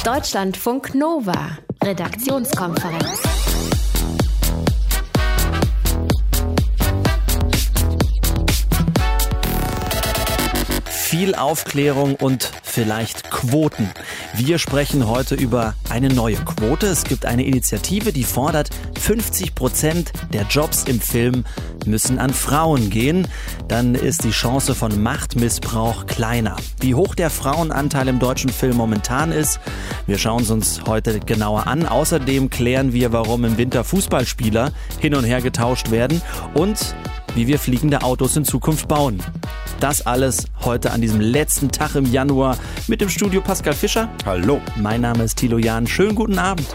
Deutschlandfunk Nova, Redaktionskonferenz. Viel Aufklärung und vielleicht Quoten. Wir sprechen heute über eine neue Quote. Es gibt eine Initiative, die fordert, 50% der Jobs im Film müssen an Frauen gehen. Dann ist die Chance von Machtmissbrauch kleiner. Wie hoch der Frauenanteil im deutschen Film momentan ist, wir schauen es uns heute genauer an. Außerdem klären wir, warum im Winter Fußballspieler hin und her getauscht werden und wie wir fliegende Autos in Zukunft bauen. Das alles heute an diesem letzten Tag im Januar mit dem Studio Pascal Fischer. Hallo. Mein Name ist Thilo Jahn. Schönen guten Abend.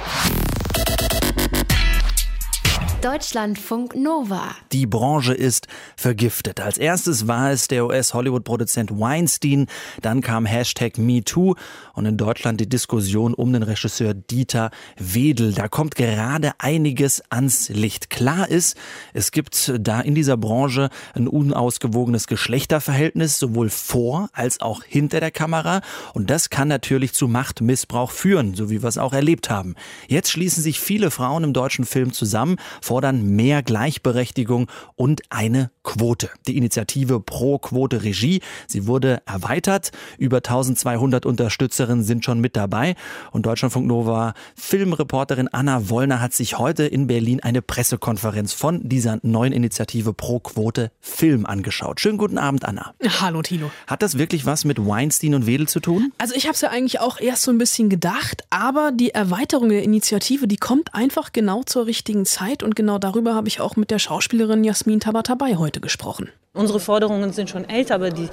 Deutschlandfunk Nova. Die Branche ist vergiftet. Als erstes war es der US-Hollywood-Produzent Weinstein, dann kam #MeToo und in Deutschland die Diskussion um den Regisseur Dieter Wedel. Da kommt gerade einiges ans Licht. Klar ist, es gibt da in dieser Branche ein unausgewogenes Geschlechterverhältnis, sowohl vor als auch hinter der Kamera, und das kann natürlich zu Machtmissbrauch führen, so wie wir es auch erlebt haben. Jetzt schließen sich viele Frauen im deutschen Film zusammen, fordern mehr Gleichberechtigung und eine Quote. Die Initiative Pro Quote Regie, sie wurde erweitert. Über 1200 Unterstützerinnen sind schon mit dabei. Und Deutschlandfunk Nova Filmreporterin Anna Wollner hat sich heute in Berlin eine Pressekonferenz von dieser neuen Initiative Pro Quote Film angeschaut. Schönen guten Abend, Anna. Hallo, Thilo. Hat das wirklich was mit Weinstein und Wedel zu tun? Also ich habe es ja eigentlich auch erst so ein bisschen gedacht, aber die Erweiterung der Initiative, die kommt einfach genau zur richtigen Zeit, und genau darüber habe ich auch mit der Schauspielerin Jasmin Tabatabai heute gesprochen. Unsere Forderungen sind schon älter, aber die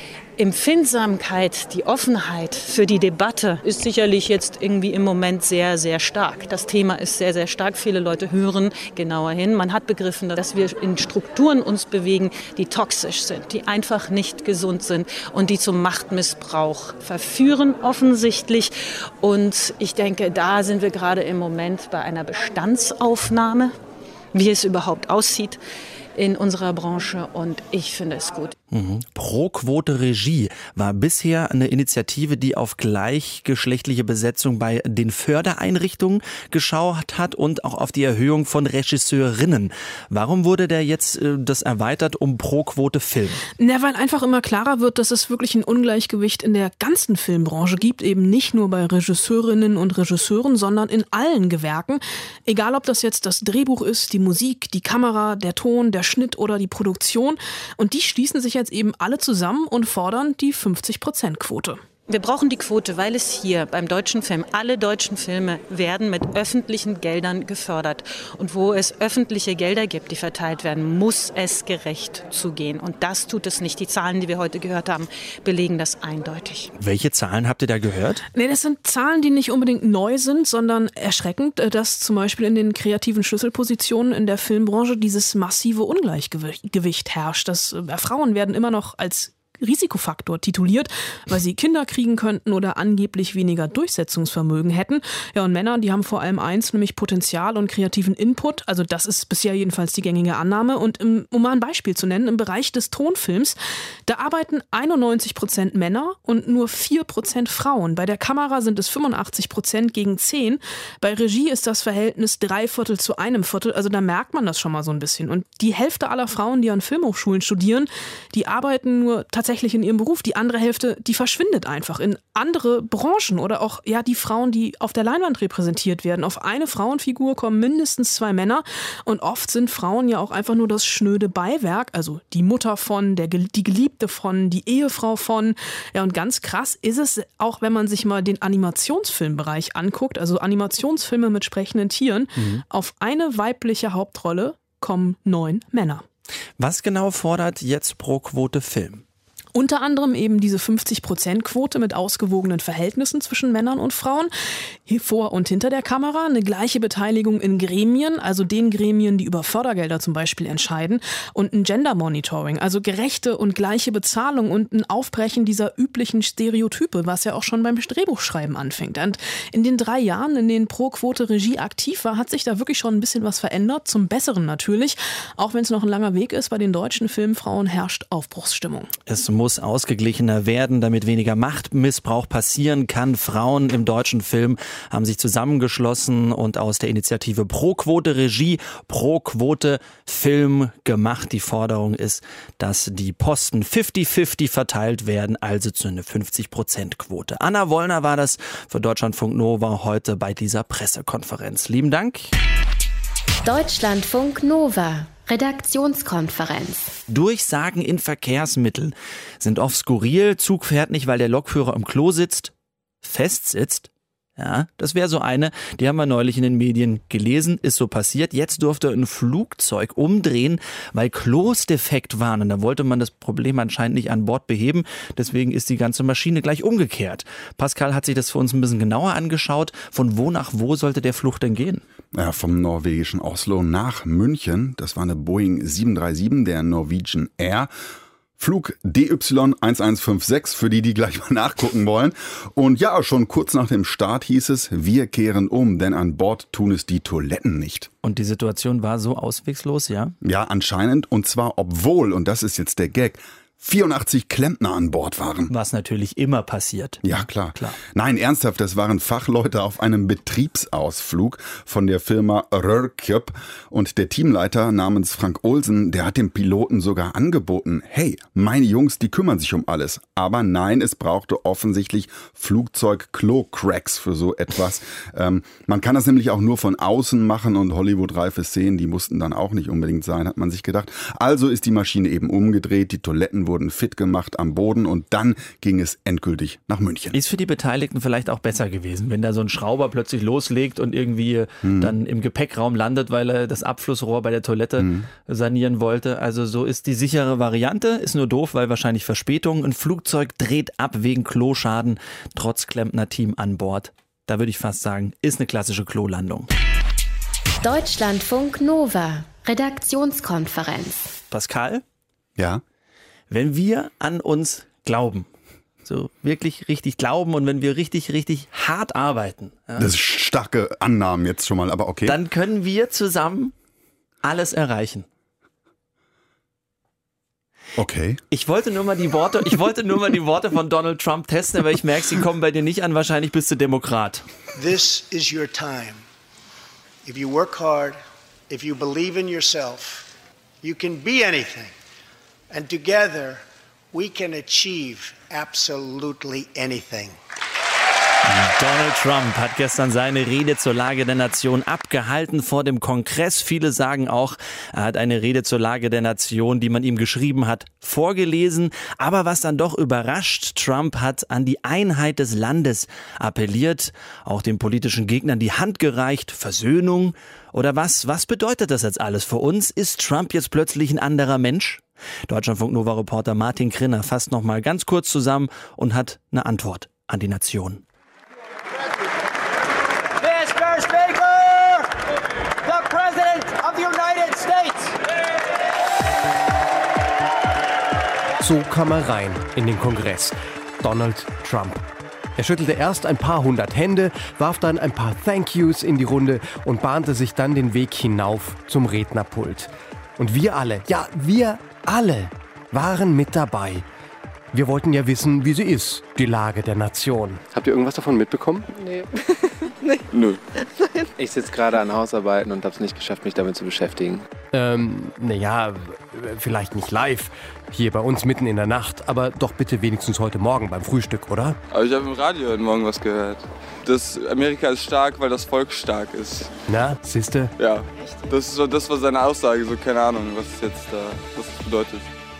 Empfindsamkeit, die Offenheit für die Debatte ist sicherlich jetzt irgendwie im Moment sehr, sehr stark. Das Thema ist sehr, sehr stark. Viele Leute hören genauer hin. Man hat begriffen, dass wir in Strukturen uns bewegen, die toxisch sind, die einfach nicht gesund sind und die zum Machtmissbrauch verführen offensichtlich. Und ich denke, da sind wir gerade im Moment bei einer Bestandsaufnahme, wie es überhaupt aussieht in unserer Branche, und ich finde es gut. Pro Quote Regie war bisher eine Initiative, die auf gleichgeschlechtliche Besetzung bei den Fördereinrichtungen geschaut hat und auch auf die Erhöhung von Regisseurinnen. Warum wurde der jetzt das erweitert um Pro Quote Film? Na, weil einfach immer klarer wird, dass es wirklich ein Ungleichgewicht in der ganzen Filmbranche gibt, eben nicht nur bei Regisseurinnen und Regisseuren, sondern in allen Gewerken. Egal, ob das jetzt das Drehbuch ist, die Musik, die Kamera, der Ton, der Schnitt oder die Produktion. Und die schließen sich jetzt eben alle zusammen und fordern die 50%-Quote. Wir brauchen die Quote, weil es hier beim deutschen Film, alle deutschen Filme werden mit öffentlichen Geldern gefördert. Und wo es öffentliche Gelder gibt, die verteilt werden, muss es gerecht zugehen. Und das tut es nicht. Die Zahlen, die wir heute gehört haben, belegen das eindeutig. Welche Zahlen habt ihr da gehört? Nee, das sind Zahlen, die nicht unbedingt neu sind, sondern erschreckend, dass zum Beispiel in den kreativen Schlüsselpositionen in der Filmbranche dieses massive Ungleichgewicht herrscht. Frauen werden immer noch als Risikofaktor tituliert, weil sie Kinder kriegen könnten oder angeblich weniger Durchsetzungsvermögen hätten. Ja, und Männer, die haben vor allem eins, nämlich Potenzial und kreativen Input. Also das ist bisher jedenfalls die gängige Annahme. Und um mal ein Beispiel zu nennen, im Bereich des Tonfilms, da arbeiten 91% Männer und nur 4% Frauen. Bei der Kamera sind es 85% gegen 10%. Bei Regie ist das Verhältnis 3/4 zu 1/4. Also da merkt man das schon mal so ein bisschen. Und die Hälfte aller Frauen, die an Filmhochschulen studieren, die arbeiten nur tatsächlich in ihrem Beruf. Die andere Hälfte, die verschwindet einfach in andere Branchen oder auch die Frauen, die auf der Leinwand repräsentiert werden. Auf eine Frauenfigur kommen mindestens 2 Männer, und oft sind Frauen ja auch einfach nur das schnöde Beiwerk, also die Mutter von, die Geliebte von, die Ehefrau von. Ja, und ganz krass ist es auch, wenn man sich mal den Animationsfilmbereich anguckt, also Animationsfilme mit sprechenden Tieren. Auf eine weibliche Hauptrolle kommen 9 Männer. Was genau fordert jetzt Pro Quote Film? Unter anderem eben diese 50%-Quote mit ausgewogenen Verhältnissen zwischen Männern und Frauen. Hier vor und hinter der Kamera eine gleiche Beteiligung in Gremien, also den Gremien, die über Fördergelder zum Beispiel entscheiden. Und ein Gender Monitoring, also gerechte und gleiche Bezahlung und ein Aufbrechen dieser üblichen Stereotype, was ja auch schon beim Drehbuchschreiben anfängt. Und in den 3 Jahren, in denen Pro Quote Regie aktiv war, hat sich da wirklich schon ein bisschen was verändert. Zum Besseren natürlich. Auch wenn es noch ein langer Weg ist, bei den deutschen Filmfrauen herrscht Aufbruchsstimmung. Es muss muss ausgeglichener werden, damit weniger Machtmissbrauch passieren kann. Frauen im deutschen Film haben sich zusammengeschlossen und aus der Initiative Pro Quote Regie, Pro Quote Film gemacht. Die Forderung ist, dass die Posten 50-50 verteilt werden, also zu einer 50%-Quote. Anna Wollner war das für Deutschlandfunk Nova heute bei dieser Pressekonferenz. Lieben Dank. Deutschlandfunk Nova. Redaktionskonferenz. Durchsagen in Verkehrsmitteln sind oft skurril. Zug fährt nicht, weil der Lokführer im Klo festsitzt. Ja, das wäre so eine, die haben wir neulich in den Medien gelesen, ist so passiert. Jetzt durfte ein Flugzeug umdrehen, weil Klos defekt waren. Und da wollte man das Problem anscheinend nicht an Bord beheben. Deswegen ist die ganze Maschine gleich umgekehrt. Pascal hat sich das für uns ein bisschen genauer angeschaut. Von wo nach wo sollte der Flug denn gehen? Ja, vom norwegischen Oslo nach München. Das war eine Boeing 737 der Norwegian Air. Flug DY1156, für die gleich mal nachgucken wollen. Und ja, schon kurz nach dem Start hieß es, wir kehren um, denn an Bord tun es die Toiletten nicht. Und die Situation war so auswegslos, ja? Ja, anscheinend. Und zwar obwohl, und das ist jetzt der Gag, 84 Klempner an Bord waren. Was natürlich immer passiert. Ja, klar. Nein, ernsthaft, das waren Fachleute auf einem Betriebsausflug von der Firma Rörkjöp. Und der Teamleiter namens Frank Olsen, der hat dem Piloten sogar angeboten, hey, meine Jungs, die kümmern sich um alles. Aber nein, es brauchte offensichtlich Flugzeug-Klo-Cracks für so etwas. Man kann das nämlich auch nur von außen machen und Hollywood-reife Szenen, die mussten dann auch nicht unbedingt sein, hat man sich gedacht. Also ist die Maschine eben umgedreht, die Toiletten wurden fit gemacht am Boden und dann ging es endgültig nach München. Ist für die Beteiligten vielleicht auch besser gewesen, wenn da so ein Schrauber plötzlich loslegt und irgendwie dann im Gepäckraum landet, weil er das Abflussrohr bei der Toilette sanieren wollte. Also so ist die sichere Variante, ist nur doof, weil wahrscheinlich Verspätung. Ein Flugzeug dreht ab wegen Kloschaden, trotz Klempner-Team an Bord. Da würde ich fast sagen, ist eine klassische Klolandung. Deutschlandfunk Nova. Redaktionskonferenz. Pascal? Ja? Wenn wir an uns glauben, so wirklich richtig glauben und wenn wir richtig, richtig hart arbeiten. Ja, das ist starke Annahmen jetzt schon mal, aber okay. Dann können wir zusammen alles erreichen. Okay. Ich wollte nur mal die Worte von Donald Trump testen, aber ich merke, sie kommen bei dir nicht an. Wahrscheinlich bist du Demokrat. This is your time. If you work hard, if you believe in yourself, you can be anything. And together, we can achieve absolutely anything. Donald Trump hat gestern seine Rede zur Lage der Nation abgehalten vor dem Kongress. Viele sagen auch, er hat eine Rede zur Lage der Nation, die man ihm geschrieben hat, vorgelesen. Aber was dann doch überrascht, Trump hat an die Einheit des Landes appelliert, auch den politischen Gegnern die Hand gereicht, Versöhnung. Oder was bedeutet das jetzt alles für uns? Ist Trump jetzt plötzlich ein anderer Mensch? Deutschlandfunk-Nova-Reporter Martin Krinner fasst noch mal ganz kurz zusammen und hat eine Antwort an die Nation. Mr. Speaker, the President of the United States. So kam er rein in den Kongress. Donald Trump. Er schüttelte erst ein paar hundert Hände, warf dann ein paar Thank Yous in die Runde und bahnte sich dann den Weg hinauf zum Rednerpult. Und wir alle waren mit dabei. Wir wollten ja wissen, wie sie ist, die Lage der Nation. Habt ihr irgendwas davon mitbekommen? Nee. Nee. Nö. Nein. Ich sitze gerade an Hausarbeiten und habe es nicht geschafft, mich damit zu beschäftigen. Naja, vielleicht nicht live, hier bei uns mitten in der Nacht, aber doch bitte wenigstens heute Morgen beim Frühstück, oder? Aber ich habe im Radio heute Morgen was gehört. Das Amerika ist stark, weil das Volk stark ist. Na, siehste? Ja, das war seine Aussage, so keine Ahnung, was das bedeutet.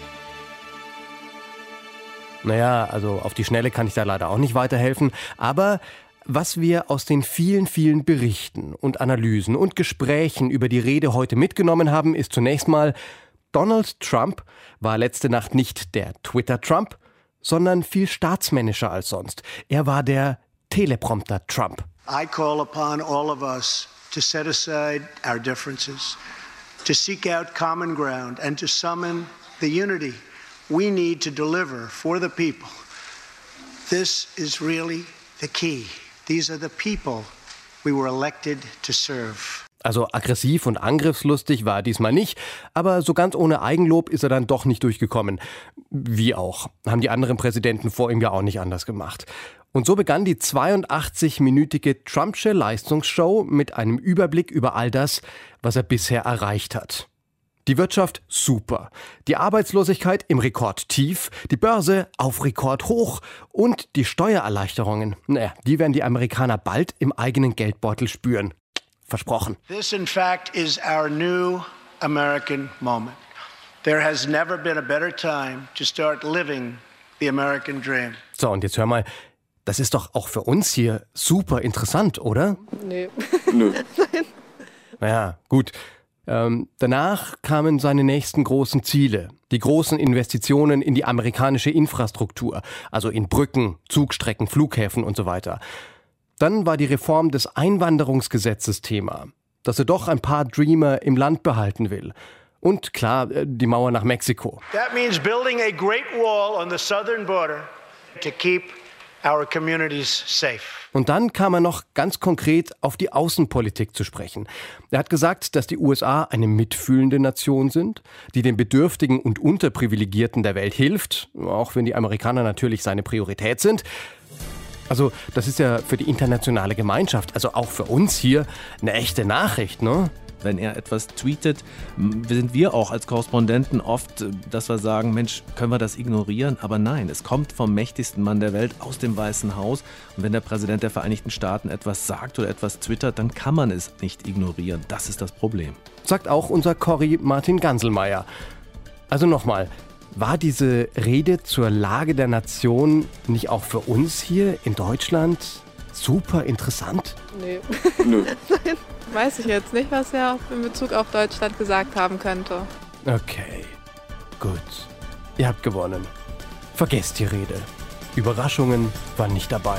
Naja, also auf die Schnelle kann ich da leider auch nicht weiterhelfen, aber was wir aus den vielen, vielen Berichten und Analysen und Gesprächen über die Rede heute mitgenommen haben, ist zunächst mal, Donald Trump war letzte Nacht nicht der Twitter-Trump, sondern viel staatsmännischer als sonst. Er war der Teleprompter-Trump. I call upon all of us to set aside our differences, to seek out common ground and to summon the unity we need to deliver for the people. This is really the key. These are the people we were elected to serve. Also aggressiv und angriffslustig war er diesmal nicht, aber so ganz ohne Eigenlob ist er dann doch nicht durchgekommen. Wie auch, haben die anderen Präsidenten vor ihm ja auch nicht anders gemacht. Und so begann die 82-minütige Trumpsche Leistungsshow mit einem Überblick über all das, was er bisher erreicht hat. Die Wirtschaft super, die Arbeitslosigkeit im Rekordtief, die Börse auf Rekordhoch und die Steuererleichterungen. Die werden die Amerikaner bald im eigenen Geldbeutel spüren. Versprochen. This, in fact, is our new American moment. There has never been a better time to start living the American dream. So, und jetzt hör mal, das ist doch auch für uns hier super interessant, oder? Nee. Nö. Nein. Naja, gut. Danach kamen seine nächsten großen Ziele. Die großen Investitionen in die amerikanische Infrastruktur, also in Brücken, Zugstrecken, Flughäfen und so weiter. Dann war die Reform des Einwanderungsgesetzes Thema, dass er doch ein paar Dreamer im Land behalten will. Und klar, die Mauer nach Mexiko. That means building a great wall on the southern border to keep our communities safe. Und dann kam er noch ganz konkret auf die Außenpolitik zu sprechen. Er hat gesagt, dass die USA eine mitfühlende Nation sind, die den Bedürftigen und Unterprivilegierten der Welt hilft, auch wenn die Amerikaner natürlich seine Priorität sind. Also das ist ja für die internationale Gemeinschaft, also auch für uns hier, eine echte Nachricht, ne? Wenn er etwas tweetet, sind wir auch als Korrespondenten oft, dass wir sagen, Mensch, können wir das ignorieren? Aber nein, es kommt vom mächtigsten Mann der Welt aus dem Weißen Haus. Und wenn der Präsident der Vereinigten Staaten etwas sagt oder etwas twittert, dann kann man es nicht ignorieren. Das ist das Problem. Sagt auch unser Corri Martin Ganselmeier. Also nochmal, war diese Rede zur Lage der Nation nicht auch für uns hier in Deutschland super interessant? Nee. Nö. Nein, weiß ich jetzt nicht, was er in Bezug auf Deutschland gesagt haben könnte. Okay, gut. Ihr habt gewonnen. Vergesst die Rede. Überraschungen waren nicht dabei.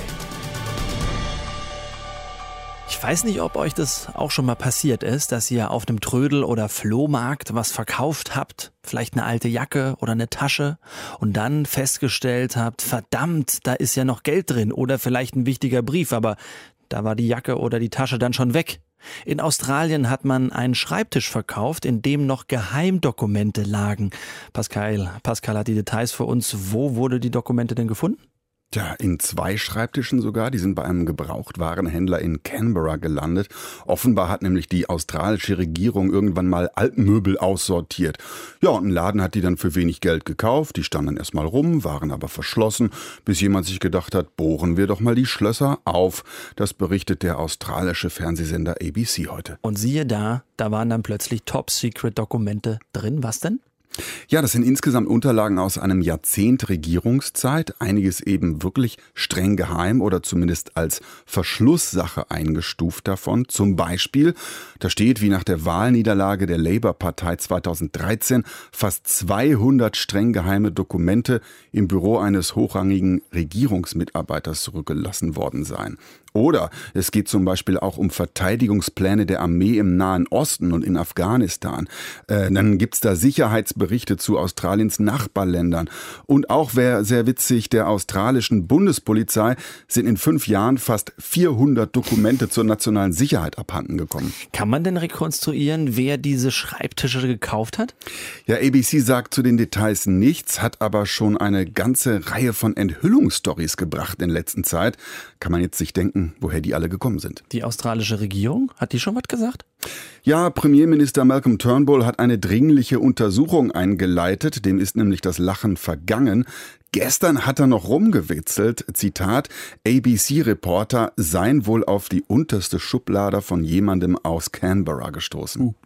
Ich weiß nicht, ob euch das auch schon mal passiert ist, dass ihr auf einem Trödel- oder Flohmarkt was verkauft habt, vielleicht eine alte Jacke oder eine Tasche und dann festgestellt habt, verdammt, da ist ja noch Geld drin oder vielleicht ein wichtiger Brief, aber da war die Jacke oder die Tasche dann schon weg. In Australien hat man einen Schreibtisch verkauft, in dem noch Geheimdokumente lagen. Pascal hat die Details für uns. Wo wurde die Dokumente denn gefunden? Ja, in 2 Schreibtischen sogar. Die sind bei einem Gebrauchtwarenhändler in Canberra gelandet. Offenbar hat nämlich die australische Regierung irgendwann mal Altmöbel aussortiert. Ja, und ein Laden hat die dann für wenig Geld gekauft. Die standen dann erstmal rum, waren aber verschlossen, bis jemand sich gedacht hat, bohren wir doch mal die Schlösser auf. Das berichtet der australische Fernsehsender ABC heute. Und siehe da waren dann plötzlich Top-Secret-Dokumente drin. Was denn? Ja, das sind insgesamt Unterlagen aus einem Jahrzehnt Regierungszeit, einiges eben wirklich streng geheim oder zumindest als Verschlusssache eingestuft davon. Zum Beispiel, da steht, wie nach der Wahlniederlage der Labour-Partei 2013 fast 200 streng geheime Dokumente im Büro eines hochrangigen Regierungsmitarbeiters zurückgelassen worden seien. Oder es geht zum Beispiel auch um Verteidigungspläne der Armee im Nahen Osten und in Afghanistan. Dann gibt's da Sicherheitsberichte zu Australiens Nachbarländern. Und auch, sehr witzig, der australischen Bundespolizei sind in 5 Jahren fast 400 Dokumente zur nationalen Sicherheit abhanden gekommen. Kann man denn rekonstruieren, wer diese Schreibtische gekauft hat? Ja, ABC sagt zu den Details nichts, hat aber schon eine ganze Reihe von Enthüllungsstories gebracht in letzter Zeit. Kann man jetzt sich denken, woher die alle gekommen sind. Die australische Regierung, hat die schon was gesagt? Ja, Premierminister Malcolm Turnbull hat eine dringliche Untersuchung eingeleitet. Dem ist nämlich das Lachen vergangen. Gestern hat er noch rumgewitzelt, Zitat, ABC-Reporter seien wohl auf die unterste Schublade von jemandem aus Canberra gestoßen.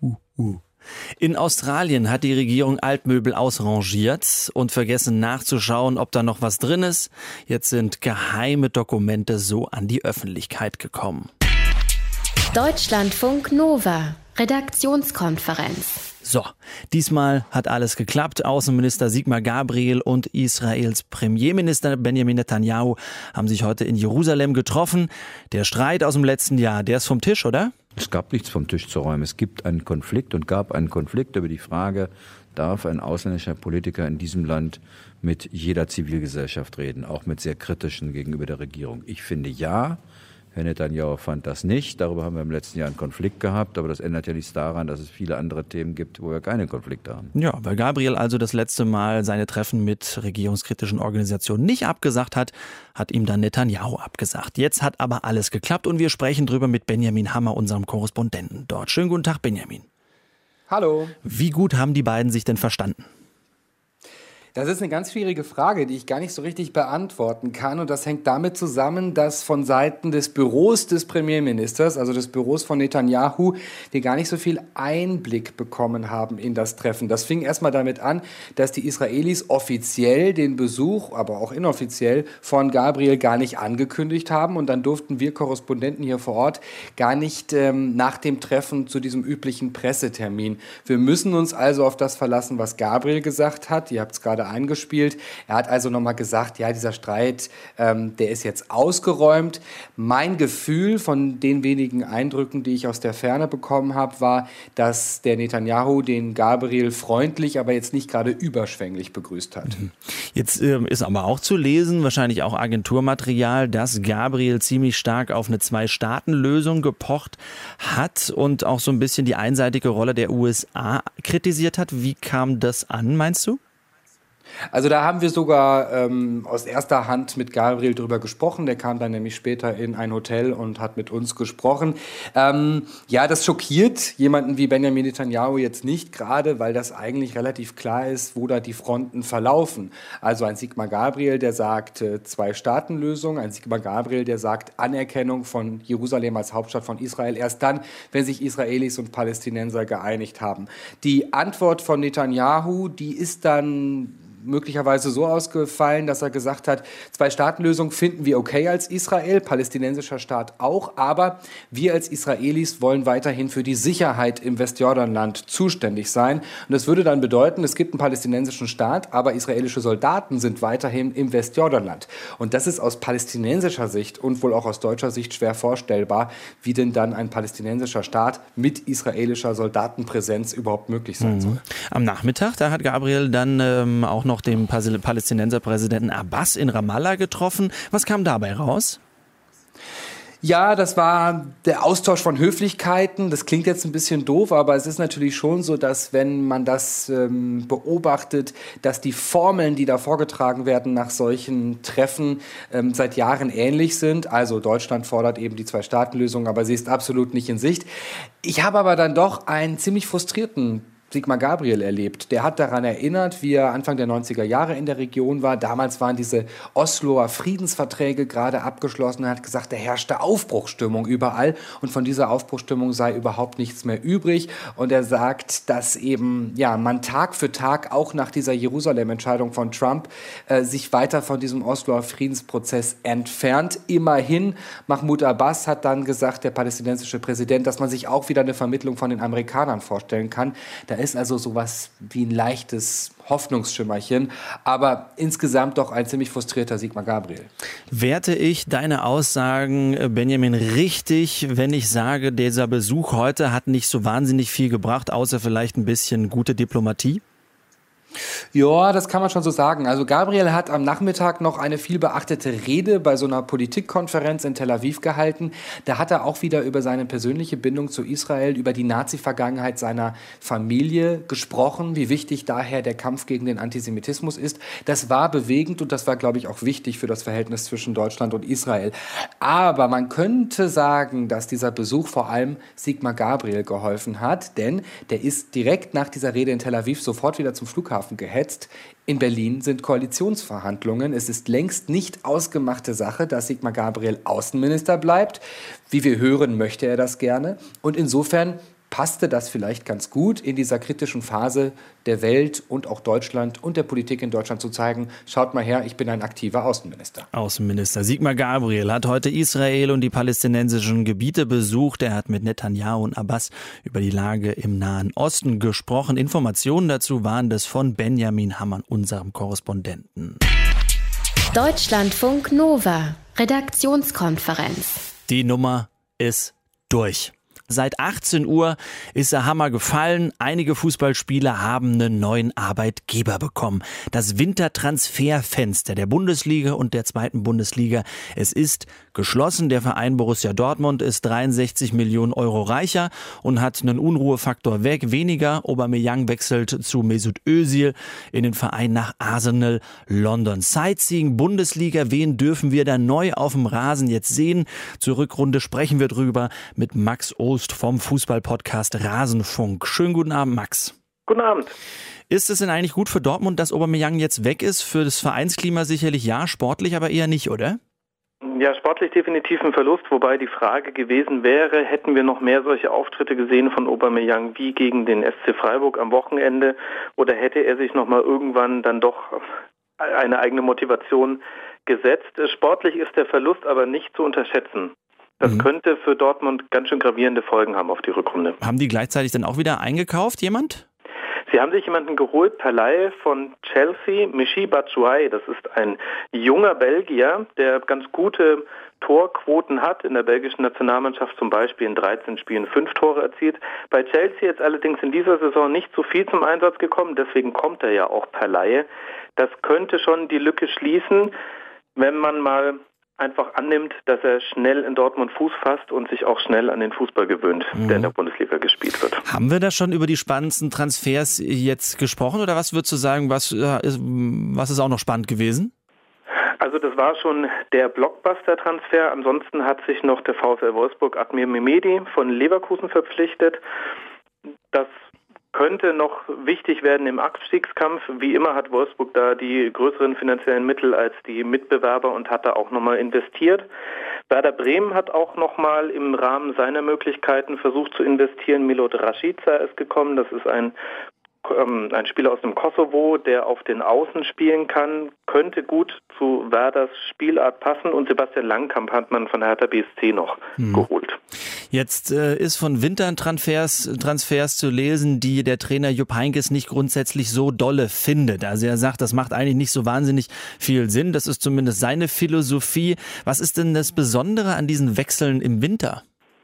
In Australien hat die Regierung Altmöbel ausrangiert und vergessen nachzuschauen, ob da noch was drin ist. Jetzt sind geheime Dokumente so an die Öffentlichkeit gekommen. Deutschlandfunk Nova, Redaktionskonferenz. So, diesmal hat alles geklappt. Außenminister Sigmar Gabriel und Israels Premierminister Benjamin Netanyahu haben sich heute in Jerusalem getroffen. Der Streit aus dem letzten Jahr, der ist vom Tisch, oder? Es gab nichts vom Tisch zu räumen. Es gibt einen Konflikt und gab einen Konflikt über die Frage, darf ein ausländischer Politiker in diesem Land mit jeder Zivilgesellschaft reden, auch mit sehr kritischen gegenüber der Regierung. Ich finde ja, Herr Netanyahu fand das nicht. Darüber haben wir im letzten Jahr einen Konflikt gehabt. Aber das ändert ja nichts daran, dass es viele andere Themen gibt, wo wir keine Konflikte haben. Ja, weil Gabriel also das letzte Mal seine Treffen mit regierungskritischen Organisationen nicht abgesagt hat, hat ihm dann Netanyahu abgesagt. Jetzt hat aber alles geklappt und wir sprechen drüber mit Benjamin Hammer, unserem Korrespondenten dort. Schönen guten Tag, Benjamin. Hallo. Wie gut haben die beiden sich denn verstanden? Das ist eine ganz schwierige Frage, die ich gar nicht so richtig beantworten kann. Und das hängt damit zusammen, dass von Seiten des Büros des Premierministers, also des Büros von Netanyahu, wir gar nicht so viel Einblick bekommen haben in das Treffen. Das fing erstmal damit an, dass die Israelis offiziell den Besuch, aber auch inoffiziell, von Gabriel gar nicht angekündigt haben. Und dann durften wir Korrespondenten hier vor Ort gar nicht nach dem Treffen zu diesem üblichen Pressetermin. Wir müssen uns also auf das verlassen, was Gabriel gesagt hat. Ihr habt es gerade eingespielt. Er hat also nochmal gesagt, ja, dieser Streit, der ist jetzt ausgeräumt. Mein Gefühl von den wenigen Eindrücken, die ich aus der Ferne bekommen habe, war, dass der Netanyahu den Gabriel freundlich, aber jetzt nicht gerade überschwänglich begrüßt hat. Jetzt ist aber auch zu lesen, wahrscheinlich auch Agenturmaterial, dass Gabriel ziemlich stark auf eine Zwei-Staaten-Lösung gepocht hat und auch so ein bisschen die einseitige Rolle der USA kritisiert hat. Wie kam das an, meinst du? Also da haben wir sogar aus erster Hand mit Gabriel drüber gesprochen. Der kam dann nämlich später in ein Hotel und hat mit uns gesprochen. Ja, das schockiert jemanden wie Benjamin Netanyahu jetzt nicht gerade, weil das eigentlich relativ klar ist, wo da die Fronten verlaufen. Also ein Sigmar Gabriel, der sagt Zwei-Staaten-Lösung, ein Sigmar Gabriel, der sagt Anerkennung von Jerusalem als Hauptstadt von Israel erst dann, wenn sich Israelis und Palästinenser geeinigt haben. Die Antwort von Netanyahu, die ist dann möglicherweise so ausgefallen, dass er gesagt hat, Zwei-Staaten-Lösung finden wir okay als Israel, palästinensischer Staat auch, aber wir als Israelis wollen weiterhin für die Sicherheit im Westjordanland zuständig sein. Und das würde dann bedeuten, es gibt einen palästinensischen Staat, aber israelische Soldaten sind weiterhin im Westjordanland. Und das ist aus palästinensischer Sicht und wohl auch aus deutscher Sicht schwer vorstellbar, wie denn dann ein palästinensischer Staat mit israelischer Soldatenpräsenz überhaupt möglich sein soll. Am Nachmittag, da hat Gabriel dann auch noch den Palästinenserpräsidenten Abbas in Ramallah getroffen. Was kam dabei raus? Ja, das war der Austausch von Höflichkeiten. Das klingt jetzt ein bisschen doof, aber es ist natürlich schon so, dass wenn man das beobachtet, dass die Formeln, die da vorgetragen werden nach solchen Treffen, seit Jahren ähnlich sind. Also Deutschland fordert eben die Zwei-Staaten-Lösung, aber sie ist absolut nicht in Sicht. Ich habe aber dann doch einen ziemlich frustrierten Sigmar Gabriel erlebt. Der hat daran erinnert, wie er Anfang der 90er Jahre in der Region war. Damals waren diese Osloer Friedensverträge gerade abgeschlossen. Er hat gesagt, da herrschte Aufbruchsstimmung überall und von dieser Aufbruchsstimmung sei überhaupt nichts mehr übrig. Und er sagt, dass eben man Tag für Tag auch nach dieser Jerusalem-Entscheidung von Trump sich weiter von diesem Osloer Friedensprozess entfernt. Immerhin, Mahmoud Abbas hat dann gesagt, der palästinensische Präsident, dass man sich auch wieder eine Vermittlung von den Amerikanern vorstellen kann. Da ist also sowas wie ein leichtes Hoffnungsschimmerchen, aber insgesamt doch ein ziemlich frustrierter Sigmar Gabriel. Werte ich deine Aussagen, Benjamin, richtig, wenn ich sage, dieser Besuch heute hat nicht so wahnsinnig viel gebracht, außer vielleicht ein bisschen gute Diplomatie? Ja, das kann man schon so sagen. Also Gabriel hat am Nachmittag noch eine viel beachtete Rede bei so einer Politikkonferenz in Tel Aviv gehalten. Da hat er auch wieder über seine persönliche Bindung zu Israel, über die Nazi-Vergangenheit seiner Familie gesprochen, wie wichtig daher der Kampf gegen den Antisemitismus ist. Das war bewegend und das war, glaube ich, auch wichtig für das Verhältnis zwischen Deutschland und Israel. Aber man könnte sagen, dass dieser Besuch vor allem Sigmar Gabriel geholfen hat, denn der ist direkt nach dieser Rede in Tel Aviv sofort wieder zum Flughafen gehetzt. In Berlin sind Koalitionsverhandlungen. Es ist längst nicht ausgemachte Sache, dass Sigmar Gabriel Außenminister bleibt. Wie wir hören, möchte er das gerne. Und insofern passte das vielleicht ganz gut in dieser kritischen Phase der Welt und auch Deutschland und der Politik in Deutschland zu zeigen, schaut mal her, ich bin ein aktiver Außenminister. Außenminister Sigmar Gabriel hat heute Israel und die palästinensischen Gebiete besucht. Er hat mit Netanyahu und Abbas über die Lage im Nahen Osten gesprochen. Informationen dazu waren das von Benjamin Hammer, unserem Korrespondenten. Deutschlandfunk Nova, Redaktionskonferenz. Die Nummer ist durch. Seit 18 Uhr ist der Hammer gefallen. Einige Fußballspieler haben einen neuen Arbeitgeber bekommen. Das Wintertransferfenster der Bundesliga und der zweiten Bundesliga. Es ist geschlossen. Der Verein Borussia Dortmund ist 63 Millionen Euro reicher und hat einen Unruhefaktor weniger. Aubameyang wechselt zu Mesut Özil in den Verein nach Arsenal London. Sightseeing Bundesliga. Wen dürfen wir da neu auf dem Rasen jetzt sehen? Zur Rückrunde sprechen wir drüber mit Max Ost vom Fußball-Podcast Rasenfunk. Schönen guten Abend, Max. Guten Abend. Ist es denn eigentlich gut für Dortmund, dass Aubameyang jetzt weg ist? Für das Vereinsklima sicherlich ja, sportlich aber eher nicht, oder? Ja, sportlich definitiv ein Verlust, wobei die Frage gewesen wäre, hätten wir noch mehr solche Auftritte gesehen von Aubameyang wie gegen den SC Freiburg am Wochenende, oder hätte er sich nochmal irgendwann dann doch eine eigene Motivation gesetzt? Sportlich ist der Verlust aber nicht zu unterschätzen. Das könnte für Dortmund ganz schön gravierende Folgen haben auf die Rückrunde. Haben die gleichzeitig dann auch wieder eingekauft, jemand? Sie haben sich jemanden geholt per Leihe von Chelsea, Michy Batshuayi. Das ist ein junger Belgier, der ganz gute Torquoten hat. In der belgischen Nationalmannschaft zum Beispiel in 13 Spielen 5 Tore erzielt. Bei Chelsea jetzt allerdings in dieser Saison nicht so viel zum Einsatz gekommen. Deswegen kommt er ja auch per Leihe. Das könnte schon die Lücke schließen, wenn man mal einfach annimmt, dass er schnell in Dortmund Fuß fasst und sich auch schnell an den Fußball gewöhnt, der in der Bundesliga gespielt wird. Haben wir da schon über die spannendsten Transfers jetzt gesprochen oder was würdest du sagen, was ist auch noch spannend gewesen? Also das war schon der Blockbuster-Transfer. Ansonsten hat sich noch der VfL Wolfsburg Admir Mehmedi von Leverkusen verpflichtet. Das könnte noch wichtig werden im Abstiegskampf. Wie immer hat Wolfsburg da die größeren finanziellen Mittel als die Mitbewerber und hat da auch nochmal investiert. Werder Bremen hat auch nochmal im Rahmen seiner Möglichkeiten versucht zu investieren. Milot Rashica ist gekommen. Das ist ein Spieler aus dem Kosovo, der auf den Außen spielen kann, könnte gut zu Werders Spielart passen, und Sebastian Langkamp hat man von Hertha BSC noch geholt. Jetzt ist von Wintertransfers zu lesen, die der Trainer Jupp Heynckes nicht grundsätzlich so dolle findet. Also er sagt, das macht eigentlich nicht so wahnsinnig viel Sinn. Das ist zumindest seine Philosophie. Was ist denn das Besondere an diesen Wechseln im Winter?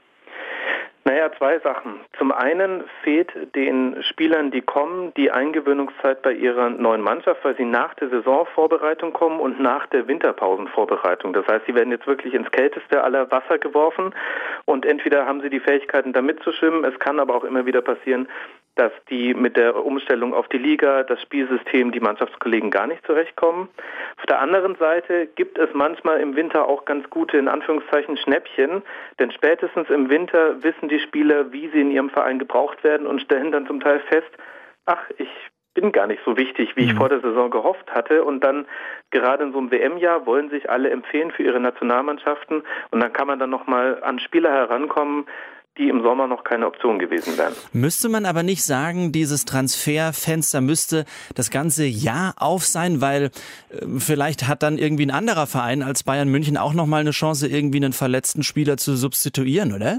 Naja, zwei Sachen. Zum einen fehlt den Spielern, die kommen, die Eingewöhnungszeit bei ihrer neuen Mannschaft, weil sie nach der Saisonvorbereitung kommen und nach der Winterpausenvorbereitung. Das heißt, sie werden jetzt wirklich ins kälteste aller Wasser geworfen und entweder haben sie die Fähigkeiten, da mitzuschwimmen. Es kann aber auch immer wieder passieren, dass die mit der Umstellung auf die Liga, das Spielsystem, die Mannschaftskollegen gar nicht zurechtkommen. Auf der anderen Seite gibt es manchmal im Winter auch ganz gute, in Anführungszeichen, Schnäppchen, denn spätestens im Winter wissen die Spieler, wie sie in ihrem Verein gebraucht werden und stellen dann zum Teil fest, ach, ich bin gar nicht so wichtig, wie ich vor der Saison gehofft hatte, und dann gerade in so einem WM-Jahr wollen sich alle empfehlen für ihre Nationalmannschaften, und dann kann man dann nochmal an Spieler herankommen, die im Sommer noch keine Option gewesen wären. Müsste man aber nicht sagen, dieses Transferfenster müsste das ganze Jahr auf sein, weil vielleicht hat dann irgendwie ein anderer Verein als Bayern München auch nochmal eine Chance, irgendwie einen verletzten Spieler zu substituieren, oder?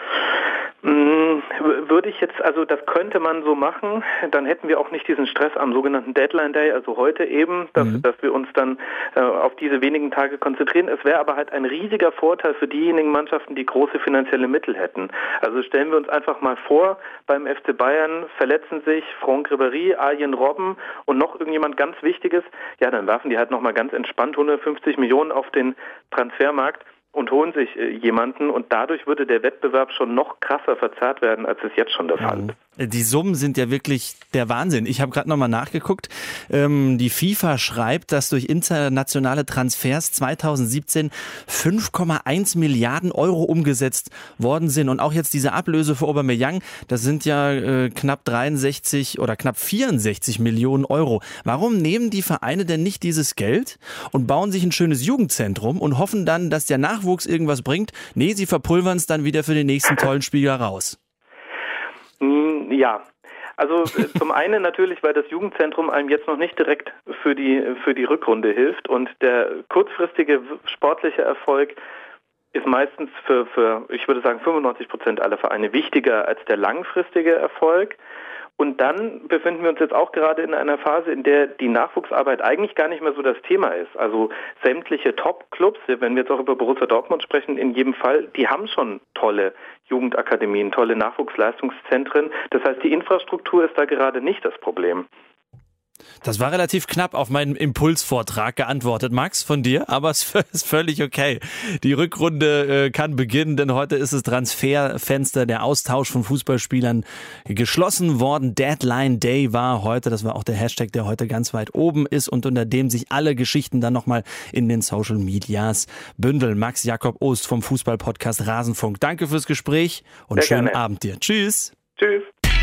Würde ich jetzt, also das könnte man so machen, dann hätten wir auch nicht diesen Stress am sogenannten Deadline Day, also heute eben, dass wir uns dann auf diese wenigen Tage konzentrieren. Es wäre aber halt ein riesiger Vorteil für diejenigen Mannschaften, die große finanzielle Mittel hätten. Also stellen wir uns einfach mal vor, beim FC Bayern verletzen sich Franck Ribéry, Arjen Robben und noch irgendjemand ganz Wichtiges. Ja, dann werfen die halt nochmal ganz entspannt 150 Millionen auf den Transfermarkt und holen sich jemanden, und dadurch würde der Wettbewerb schon noch krasser verzerrt werden, als es jetzt schon der Fall ist. Die Summen sind ja wirklich der Wahnsinn. Ich habe gerade nochmal nachgeguckt. Die FIFA schreibt, dass durch internationale Transfers 2017 5,1 Milliarden Euro umgesetzt worden sind. Und auch jetzt diese Ablöse für Aubameyang, das sind ja knapp 63 oder knapp 64 Millionen Euro. Warum nehmen die Vereine denn nicht dieses Geld und bauen sich ein schönes Jugendzentrum und hoffen dann, dass der Nachwuchs irgendwas bringt? Nee, sie verpulvern es dann wieder für den nächsten tollen Spieler raus. Ja, also zum einen natürlich, weil das Jugendzentrum einem jetzt noch nicht direkt für die Rückrunde hilft, und der kurzfristige sportliche Erfolg ist meistens für ich würde sagen 95% aller Vereine wichtiger als der langfristige Erfolg. Und dann befinden wir uns jetzt auch gerade in einer Phase, in der die Nachwuchsarbeit eigentlich gar nicht mehr so das Thema ist. Also sämtliche Top-Clubs, wenn wir jetzt auch über Borussia Dortmund sprechen, in jedem Fall, die haben schon tolle Jugendakademien, tolle Nachwuchsleistungszentren. Das heißt, die Infrastruktur ist da gerade nicht das Problem. Das war relativ knapp auf meinen Impulsvortrag geantwortet, Max, von dir, aber es ist völlig okay. Die Rückrunde kann beginnen, denn heute ist das Transferfenster, der Austausch von Fußballspielern geschlossen worden. Deadline Day war heute, das war auch der Hashtag, der heute ganz weit oben ist und unter dem sich alle Geschichten dann nochmal in den Social Medias bündeln. Max Jakob Ost vom Fußballpodcast Rasenfunk. Danke fürs Gespräch und sehr schönen gerne. Abend dir. Tschüss. Tschüss.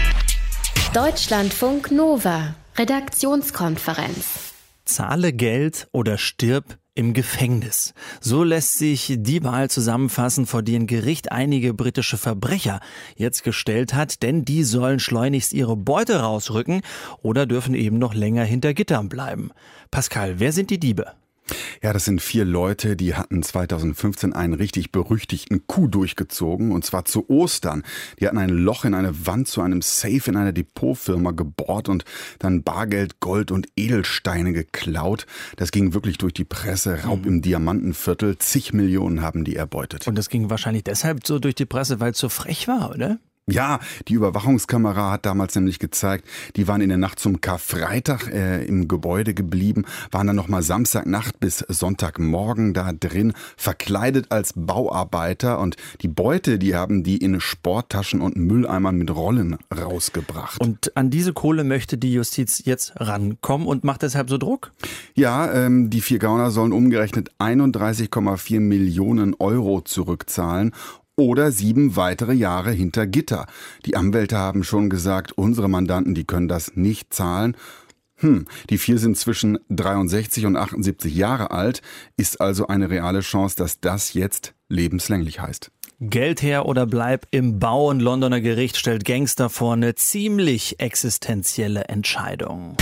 Deutschlandfunk Nova. Redaktionskonferenz. Zahle Geld oder stirb im Gefängnis. So lässt sich die Wahl zusammenfassen, vor die ein Gericht einige britische Verbrecher jetzt gestellt hat, denn die sollen schleunigst ihre Beute rausrücken oder dürfen eben noch länger hinter Gittern bleiben. Pascal, wer sind die Diebe? Ja, das sind 4 Leute, die hatten 2015 einen richtig berüchtigten Coup durchgezogen, und zwar zu Ostern. Die hatten ein Loch in eine Wand zu einem Safe in einer Depotfirma gebohrt und dann Bargeld, Gold und Edelsteine geklaut. Das ging wirklich durch die Presse, Raub im Diamantenviertel, zig Millionen haben die erbeutet. Und das ging wahrscheinlich deshalb so durch die Presse, weil es so frech war, oder? Ja, die Überwachungskamera hat damals nämlich gezeigt, die waren in der Nacht zum Karfreitag im Gebäude geblieben, waren dann nochmal Samstagnacht bis Sonntagmorgen da drin, verkleidet als Bauarbeiter, und die Beute, die haben die in Sporttaschen und Mülleimern mit Rollen rausgebracht. Und an diese Kohle möchte die Justiz jetzt rankommen und macht deshalb so Druck? Ja, die 4 Gauner sollen umgerechnet 31,4 Millionen Euro zurückzahlen. Oder 7 weitere Jahre hinter Gitter. Die Anwälte haben schon gesagt, unsere Mandanten, die können das nicht zahlen. Die 4 sind zwischen 63 und 78 Jahre alt. Ist also eine reale Chance, dass das jetzt lebenslänglich heißt. Geld her oder bleib im Bau. Ein Londoner Gericht stellt Gangster vor eine ziemlich existenzielle Entscheidung.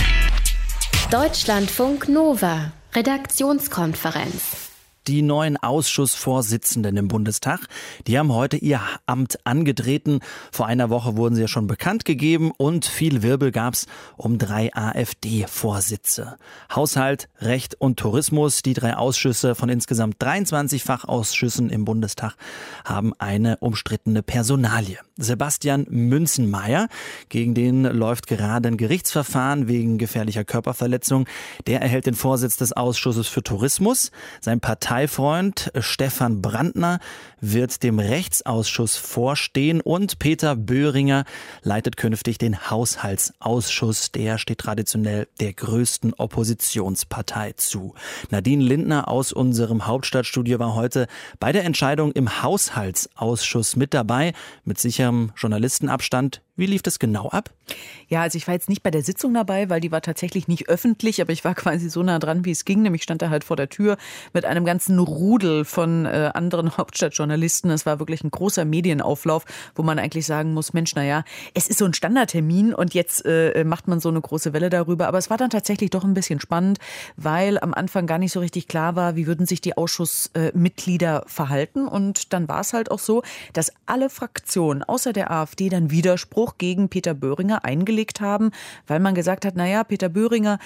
Deutschlandfunk Nova. Redaktionskonferenz. Die neuen Ausschussvorsitzenden im Bundestag, die haben heute ihr Amt angetreten. Vor einer Woche wurden sie ja schon bekannt gegeben und viel Wirbel gab's um 3 AfD-Vorsitze. Haushalt, Recht und Tourismus, die 3 Ausschüsse von insgesamt 23 Fachausschüssen im Bundestag haben eine umstrittene Personalie. Sebastian Münzenmaier, gegen den läuft gerade ein Gerichtsverfahren wegen gefährlicher Körperverletzung. Der erhält den Vorsitz des Ausschusses für Tourismus. Sein Parteifreund Stefan Brandner wird dem Rechtsausschuss vorstehen und Peter Böhringer leitet künftig den Haushaltsausschuss. Der steht traditionell der größten Oppositionspartei zu. Nadine Lindner aus unserem Hauptstadtstudio war heute bei der Entscheidung im Haushaltsausschuss mit dabei, mit sicherem Journalistenabstand. Wie lief das genau ab? Ja, also ich war jetzt nicht bei der Sitzung dabei, weil die war tatsächlich nicht öffentlich, aber ich war quasi so nah dran, wie es ging. Nämlich stand da halt vor der Tür mit einem ganzen Rudel von anderen Hauptstadtjournalisten. Es war wirklich ein großer Medienauflauf, wo man eigentlich sagen muss, Mensch, naja, es ist so ein Standardtermin und jetzt macht man so eine große Welle darüber. Aber es war dann tatsächlich doch ein bisschen spannend, weil am Anfang gar nicht so richtig klar war, wie würden sich die Ausschussmitglieder verhalten. Und dann war es halt auch so, dass alle Fraktionen außer der AfD dann Widerspruch gegen Peter Böhringer eingelegt haben, weil man gesagt hat, naja, Peter Böhringer,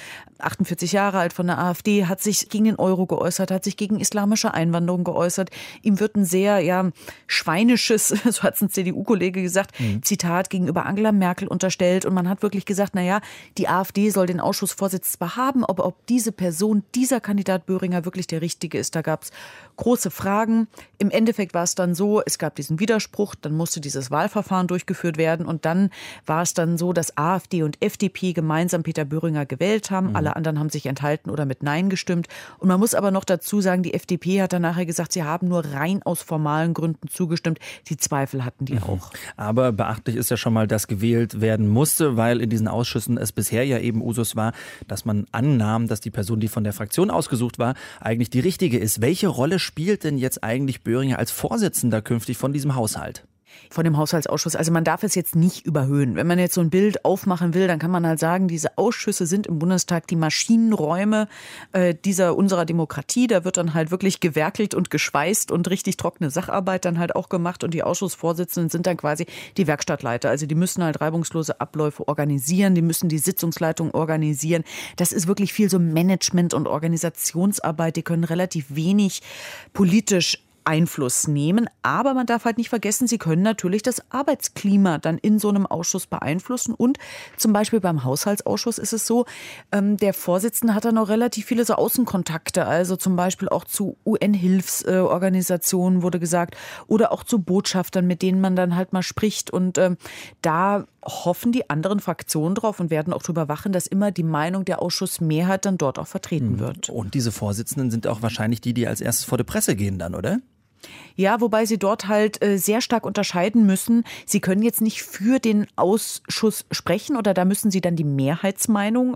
48 Jahre alt von der AfD, hat sich gegen den Euro geäußert, hat sich gegen islamische Einwanderung geäußert. Ihm wird ein sehr schweinisches, so hat es ein CDU-Kollege gesagt, Zitat gegenüber Angela Merkel unterstellt. Und man hat wirklich gesagt, naja, die AfD soll den Ausschussvorsitz zwar haben, aber ob diese Person, dieser Kandidat Böhringer wirklich der richtige ist, da gab es große Fragen. Im Endeffekt war es dann so, es gab diesen Widerspruch, dann musste dieses Wahlverfahren durchgeführt werden und dann war es dann so, dass AfD und FDP gemeinsam Peter Böhringer gewählt haben. Alle anderen haben sich enthalten oder mit Nein gestimmt. Und man muss aber noch dazu sagen, die FDP hat dann nachher gesagt, sie haben nur rein aus formalen Gründen zugestimmt. Die Zweifel hatten die auch. Aber beachtlich ist ja schon mal, dass gewählt werden musste, weil in diesen Ausschüssen es bisher ja eben Usus war, dass man annahm, dass die Person, die von der Fraktion ausgesucht war, eigentlich die richtige ist. Welche Rolle spielt denn jetzt eigentlich Böhringer als Vorsitzender künftig von diesem Haushalt? Von dem Haushaltsausschuss. Also man darf es jetzt nicht überhöhen. Wenn man jetzt so ein Bild aufmachen will, dann kann man halt sagen, diese Ausschüsse sind im Bundestag die Maschinenräume unserer Demokratie. Da wird dann halt wirklich gewerkelt und geschweißt und richtig trockene Sacharbeit dann halt auch gemacht. Und die Ausschussvorsitzenden sind dann quasi die Werkstattleiter. Also die müssen halt reibungslose Abläufe organisieren, die müssen die Sitzungsleitung organisieren. Das ist wirklich viel so Management- und Organisationsarbeit. Die können relativ wenig politisch Einfluss nehmen. Aber man darf halt nicht vergessen, sie können natürlich das Arbeitsklima dann in so einem Ausschuss beeinflussen. Und zum Beispiel beim Haushaltsausschuss ist es so, der Vorsitzende hat dann noch relativ viele so Außenkontakte, also zum Beispiel auch zu UN-Hilfsorganisationen wurde gesagt oder auch zu Botschaftern, mit denen man dann halt mal spricht. Und da hoffen die anderen Fraktionen drauf und werden auch darüber wachen, dass immer die Meinung der Ausschussmehrheit dann dort auch vertreten wird. Und diese Vorsitzenden sind auch wahrscheinlich die als erstes vor die Presse gehen dann, oder? Ja, wobei sie dort halt sehr stark unterscheiden müssen. Sie können jetzt nicht für den Ausschuss sprechen oder da müssen sie dann die Mehrheitsmeinung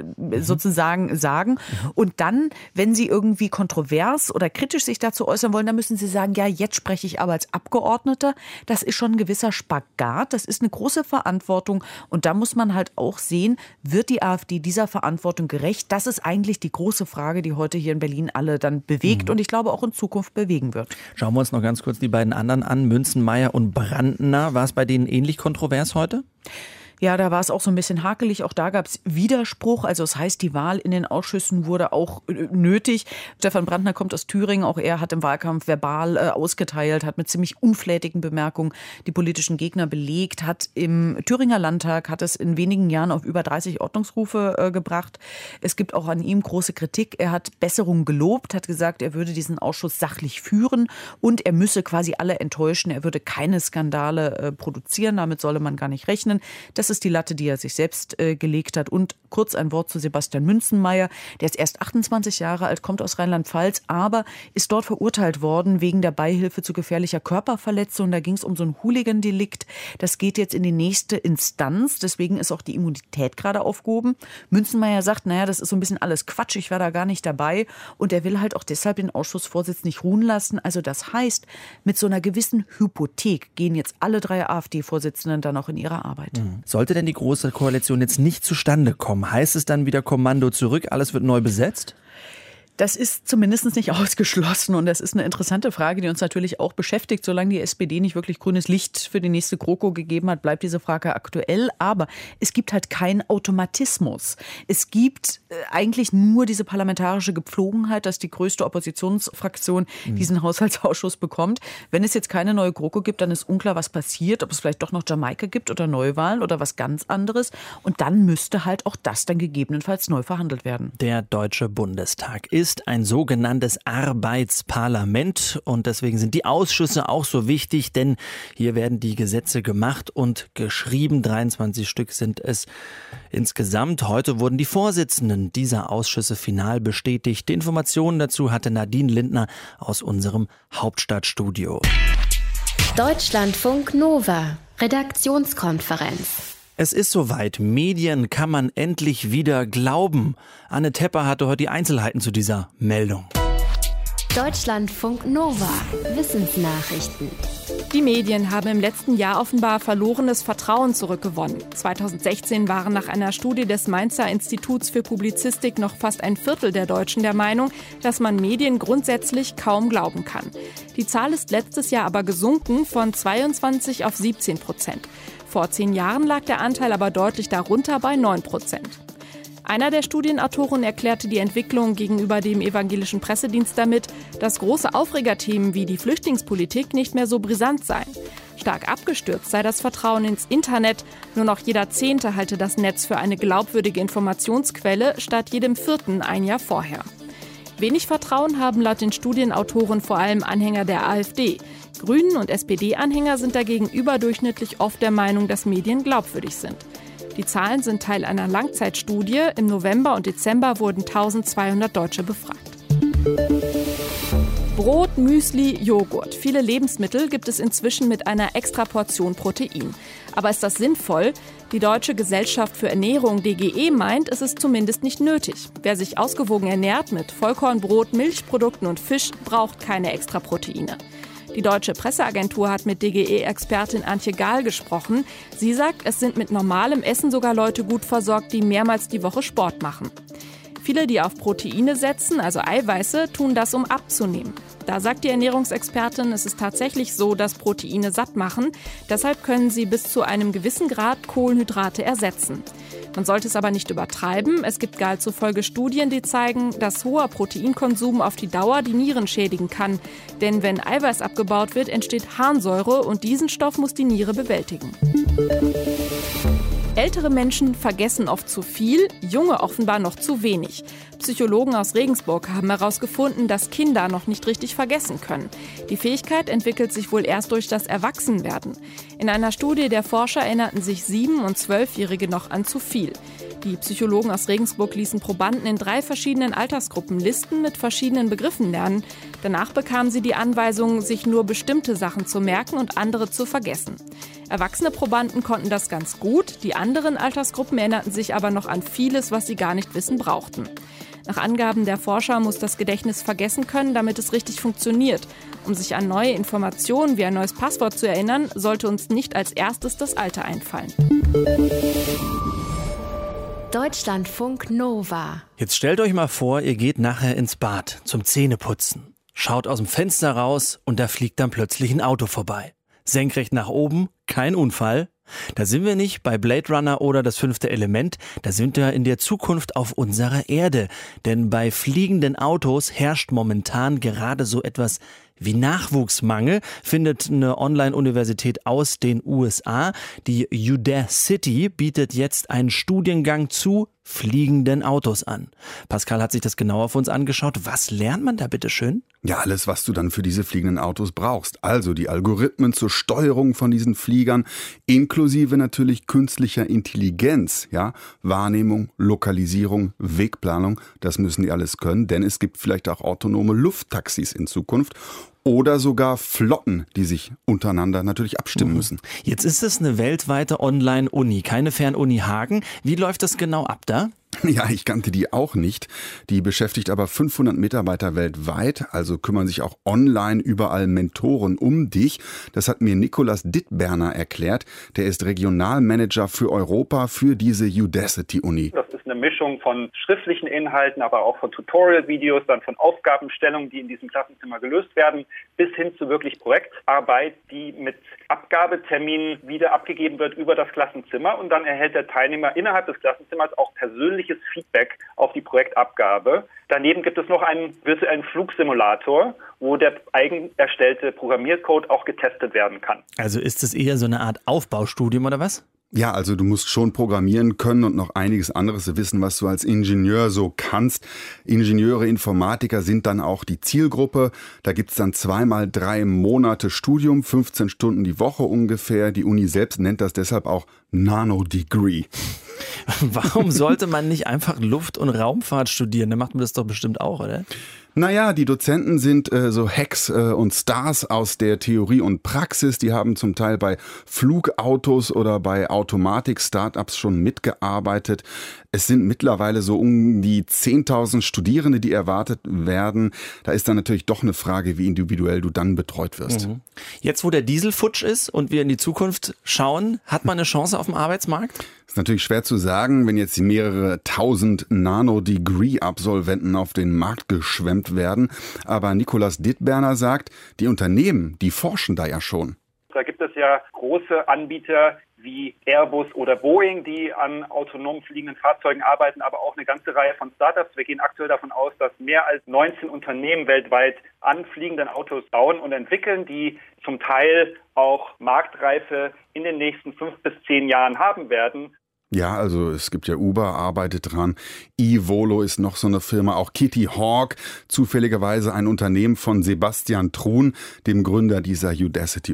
sozusagen sagen. Und dann, wenn sie irgendwie kontrovers oder kritisch sich dazu äußern wollen, dann müssen sie sagen, ja, jetzt spreche ich aber als Abgeordneter. Das ist schon ein gewisser Spagat. Das ist eine große Verantwortung. Und da muss man halt auch sehen, wird die AfD dieser Verantwortung gerecht? Das ist eigentlich die große Frage, die heute hier in Berlin alle dann bewegt und ich glaube auch in Zukunft bewegen wird. Schauen wir uns noch ganz kurz die beiden anderen an, Münzenmaier und Brandner. War es bei denen ähnlich kontrovers heute? Ja, da war es auch so ein bisschen hakelig. Auch da gab es Widerspruch. Also das heißt, die Wahl in den Ausschüssen wurde auch nötig. Stefan Brandner kommt aus Thüringen. Auch er hat im Wahlkampf verbal ausgeteilt, hat mit ziemlich unflätigen Bemerkungen die politischen Gegner belegt, hat im Thüringer Landtag, hat es in wenigen Jahren auf über 30 Ordnungsrufe gebracht. Es gibt auch an ihm große Kritik. Er hat Besserung gelobt, hat gesagt, er würde diesen Ausschuss sachlich führen und er müsse quasi alle enttäuschen. Er würde keine Skandale produzieren. Damit solle man gar nicht rechnen. Das ist die Latte, die er sich selbst gelegt hat. Und kurz ein Wort zu Sebastian Münzenmaier. Der ist erst 28 Jahre alt, kommt aus Rheinland-Pfalz, aber ist dort verurteilt worden wegen der Beihilfe zu gefährlicher Körperverletzung. Da ging es um so ein Hooligan-Delikt. Das geht jetzt in die nächste Instanz. Deswegen ist auch die Immunität gerade aufgehoben. Münzenmaier sagt, naja, das ist so ein bisschen alles Quatsch. Ich war da gar nicht dabei. Und er will halt auch deshalb den Ausschussvorsitz nicht ruhen lassen. Also das heißt, mit so einer gewissen Hypothek gehen jetzt alle 3 AfD-Vorsitzenden dann auch in ihre Arbeit. Sollte denn die Große Koalition jetzt nicht zustande kommen, heißt es dann wieder Kommando zurück, alles wird neu besetzt? Das ist zumindest nicht ausgeschlossen und das ist eine interessante Frage, die uns natürlich auch beschäftigt. Solange die SPD nicht wirklich grünes Licht für die nächste GroKo gegeben hat, bleibt diese Frage aktuell. Aber es gibt halt keinen Automatismus. Es gibt eigentlich nur diese parlamentarische Gepflogenheit, dass die größte Oppositionsfraktion diesen Haushaltsausschuss bekommt. Wenn es jetzt keine neue GroKo gibt, dann ist unklar, was passiert, ob es vielleicht doch noch Jamaika gibt oder Neuwahlen oder was ganz anderes. Und dann müsste halt auch das dann gegebenenfalls neu verhandelt werden. Der Deutsche Bundestag ist ein sogenanntes Arbeitsparlament und deswegen sind die Ausschüsse auch so wichtig, denn hier werden die Gesetze gemacht und geschrieben. 23 Stück sind es insgesamt. Heute wurden die Vorsitzenden dieser Ausschüsse final bestätigt. Die Informationen dazu hatte Nadine Lindner aus unserem Hauptstadtstudio. Deutschlandfunk Nova, Redaktionskonferenz. Es ist soweit. Medien kann man endlich wieder glauben. Anne Tepper hatte heute die Einzelheiten zu dieser Meldung. Deutschlandfunk Nova, Wissensnachrichten. Die Medien haben im letzten Jahr offenbar verlorenes Vertrauen zurückgewonnen. 2016 waren nach einer Studie des Mainzer Instituts für Publizistik noch fast ein Viertel der Deutschen der Meinung, dass man Medien grundsätzlich kaum glauben kann. Die Zahl ist letztes Jahr aber gesunken von 22 auf 17%. Vor 10 Jahren lag der Anteil aber deutlich darunter bei 9%. Einer der Studienautoren erklärte die Entwicklung gegenüber dem evangelischen Pressedienst damit, dass große Aufregerthemen wie die Flüchtlingspolitik nicht mehr so brisant seien. Stark abgestürzt sei das Vertrauen ins Internet. Nur noch jeder Zehnte halte das Netz für eine glaubwürdige Informationsquelle, statt jedem Vierten ein Jahr vorher. Wenig Vertrauen haben laut den Studienautoren vor allem Anhänger der AfD. Grünen- und SPD-Anhänger sind dagegen überdurchschnittlich oft der Meinung, dass Medien glaubwürdig sind. Die Zahlen sind Teil einer Langzeitstudie. Im November und Dezember wurden 1200 Deutsche befragt. Brot, Müsli, Joghurt. Viele Lebensmittel gibt es inzwischen mit einer extra Portion Protein. Aber ist das sinnvoll? Die Deutsche Gesellschaft für Ernährung DGE meint, es ist zumindest nicht nötig. Wer sich ausgewogen ernährt mit Vollkornbrot, Milchprodukten und Fisch, braucht keine extra Proteine. Die deutsche Presseagentur hat mit DGE-Expertin Antje Gahl gesprochen. Sie sagt, es sind mit normalem Essen sogar Leute gut versorgt, die mehrmals die Woche Sport machen. Viele, die auf Proteine setzen, also Eiweiße, tun das, um abzunehmen. Da sagt die Ernährungsexpertin, es ist tatsächlich so, dass Proteine satt machen. Deshalb können sie bis zu einem gewissen Grad Kohlenhydrate ersetzen. Man sollte es aber nicht übertreiben. Es gibt Gahl zufolge Studien, die zeigen, dass hoher Proteinkonsum auf die Dauer die Nieren schädigen kann. Denn wenn Eiweiß abgebaut wird, entsteht Harnsäure und diesen Stoff muss die Niere bewältigen. Ältere Menschen vergessen oft zu viel, junge offenbar noch zu wenig. Psychologen aus Regensburg haben herausgefunden, dass Kinder noch nicht richtig vergessen können. Die Fähigkeit entwickelt sich wohl erst durch das Erwachsenwerden. In einer Studie der Forscher erinnerten sich 7- und 12-Jährige noch an zu viel. Die Psychologen aus Regensburg ließen Probanden in 3 verschiedenen Altersgruppen Listen mit verschiedenen Begriffen lernen. Danach bekamen sie die Anweisung, sich nur bestimmte Sachen zu merken und andere zu vergessen. Erwachsene Probanden konnten das ganz gut, die anderen Altersgruppen erinnerten sich aber noch an vieles, was sie gar nicht wissen brauchten. Nach Angaben der Forscher muss das Gedächtnis vergessen können, damit es richtig funktioniert. Um sich an neue Informationen wie ein neues Passwort zu erinnern, sollte uns nicht als erstes das Alter einfallen. Deutschlandfunk Nova. Jetzt stellt euch mal vor, ihr geht nachher ins Bad zum Zähneputzen. Schaut aus dem Fenster raus und da fliegt dann plötzlich ein Auto vorbei. Senkrecht nach oben, kein Unfall. Da sind wir nicht bei Blade Runner oder das 5. Element, da sind wir in der Zukunft auf unserer Erde. Denn bei fliegenden Autos herrscht momentan gerade so etwas wie Nachwuchsmangel, findet eine Online-Universität aus den USA. Die Udacity bietet jetzt einen Studiengang zu fliegenden Autos an. Pascal hat sich das genauer für uns angeschaut. Was lernt man da bitte schön? Ja, alles, was du dann für diese fliegenden Autos brauchst. Also die Algorithmen zur Steuerung von diesen Fliegern, inklusive natürlich künstlicher Intelligenz, ja, Wahrnehmung, Lokalisierung, Wegplanung, das müssen die alles können, denn es gibt vielleicht auch autonome Lufttaxis in Zukunft. Oder sogar Flotten, die sich untereinander natürlich abstimmen müssen. Jetzt ist es eine weltweite Online-Uni, keine Fernuni Hagen. Wie läuft das genau ab da? Ja, ich kannte die auch nicht. Die beschäftigt aber 500 Mitarbeiter weltweit, also kümmern sich auch online überall Mentoren um dich. Das hat mir Nicolas Dittberner erklärt. Der ist Regionalmanager für Europa für diese Udacity-Uni. Das ist eine Mischung von schriftlichen Inhalten, aber auch von Tutorial-Videos, dann von Aufgabenstellungen, die in diesem Klassenzimmer gelöst werden, bis hin zu wirklich Projektarbeit, die mit Abgabeterminen wieder abgegeben wird über das Klassenzimmer. Und dann erhält der Teilnehmer innerhalb des Klassenzimmers auch persönliches Feedback auf die Projektabgabe. Daneben gibt es noch einen virtuellen Flugsimulator, wo der eigen erstellte Programmiercode auch getestet werden kann. Also ist es eher so eine Art Aufbaustudium oder was? Ja, also du musst schon programmieren können und noch einiges anderes wissen, was du als Ingenieur so kannst. Ingenieure, Informatiker sind dann auch die Zielgruppe. Da gibt's dann 2x3 Monate Studium, 15 Stunden die Woche ungefähr. Die Uni selbst nennt das deshalb auch Nano-Degree. Warum sollte man nicht einfach Luft- und Raumfahrt studieren? Dann macht man das doch bestimmt auch, oder? Naja, die Dozenten sind so Hacks und Stars aus der Theorie und Praxis. Die haben zum Teil bei Flugautos oder bei Automatik-Startups schon mitgearbeitet. Es sind mittlerweile so um die 10.000 Studierende, die erwartet werden. Da ist dann natürlich doch eine Frage, wie individuell du dann betreut wirst. Jetzt, wo der Diesel futsch ist und wir in die Zukunft schauen, hat man eine Chance auf dem Arbeitsmarkt? Ist natürlich schwer zu sagen, wenn jetzt mehrere tausend Nano-Degree-Absolventen auf den Markt geschwemmt werden. Aber Nicolas Dittberner sagt, die Unternehmen, die forschen da ja schon. Da gibt es ja große Anbieter wie Airbus oder Boeing, die an autonom fliegenden Fahrzeugen arbeiten, aber auch eine ganze Reihe von Startups. Wir gehen aktuell davon aus, dass mehr als 19 Unternehmen weltweit an fliegenden Autos bauen und entwickeln, die zum Teil auch Marktreife in den nächsten 5 bis 10 Jahren haben werden. Ja, also es gibt ja Uber, arbeitet dran. eVolo ist noch so eine Firma, auch Kitty Hawk, zufälligerweise ein Unternehmen von Sebastian Thrun, dem Gründer dieser Udacity-Uni.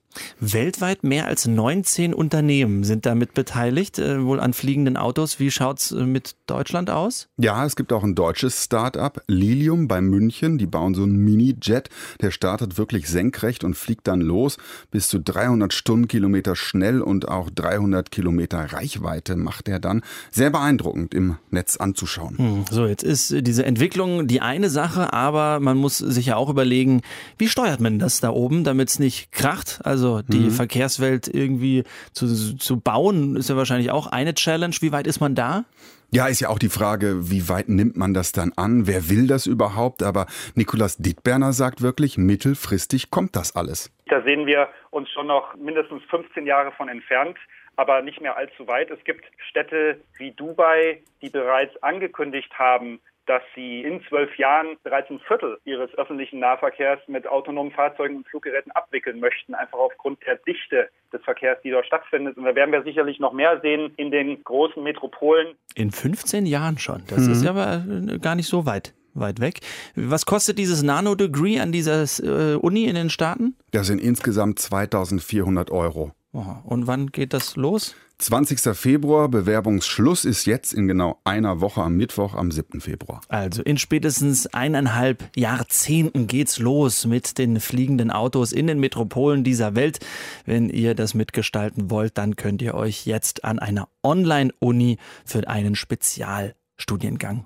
Weltweit mehr als 19 Unternehmen sind damit beteiligt, wohl an fliegenden Autos. Wie schaut's mit Deutschland aus? Ja, es gibt auch ein deutsches Start-up, Lilium bei München. Die bauen so einen Mini-Jet. Der startet wirklich senkrecht und fliegt dann los. Bis zu 300 Stundenkilometer schnell und auch 300 Kilometer Reichweite macht er dann. Sehr beeindruckend im Netz anzuschauen. So, jetzt ist diese Entwicklung die eine Sache, aber man muss sich ja auch überlegen, wie steuert man das da oben, damit es nicht kracht? Also die Verkehrswelt irgendwie zu bauen, ist ja wahrscheinlich auch eine Challenge. Wie weit ist man da? Ja, ist ja auch die Frage, wie weit nimmt man das dann an? Wer will das überhaupt? Aber Nikolaus Dittberner sagt wirklich, mittelfristig kommt das alles. Da sehen wir uns schon noch mindestens 15 Jahre von entfernt, aber nicht mehr allzu weit. Es gibt Städte wie Dubai, die bereits angekündigt haben, dass sie in 12 Jahren bereits ein Viertel ihres öffentlichen Nahverkehrs mit autonomen Fahrzeugen und Fluggeräten abwickeln möchten, einfach aufgrund der Dichte des Verkehrs, die dort stattfindet. Und da werden wir sicherlich noch mehr sehen in den großen Metropolen. In 15 Jahren schon. Das ist ja aber gar nicht so weit weg. Was kostet dieses Nano-Degree an dieser Uni in den Staaten? Das sind insgesamt 2.400 €. Und wann geht das los? 20. Februar, Bewerbungsschluss ist jetzt in genau einer Woche am Mittwoch, am 7. Februar. Also in spätestens 1,5 Jahrzehnten geht's los mit den fliegenden Autos in den Metropolen dieser Welt. Wenn ihr das mitgestalten wollt, dann könnt ihr euch jetzt an einer Online-Uni für einen Spezialstudiengang.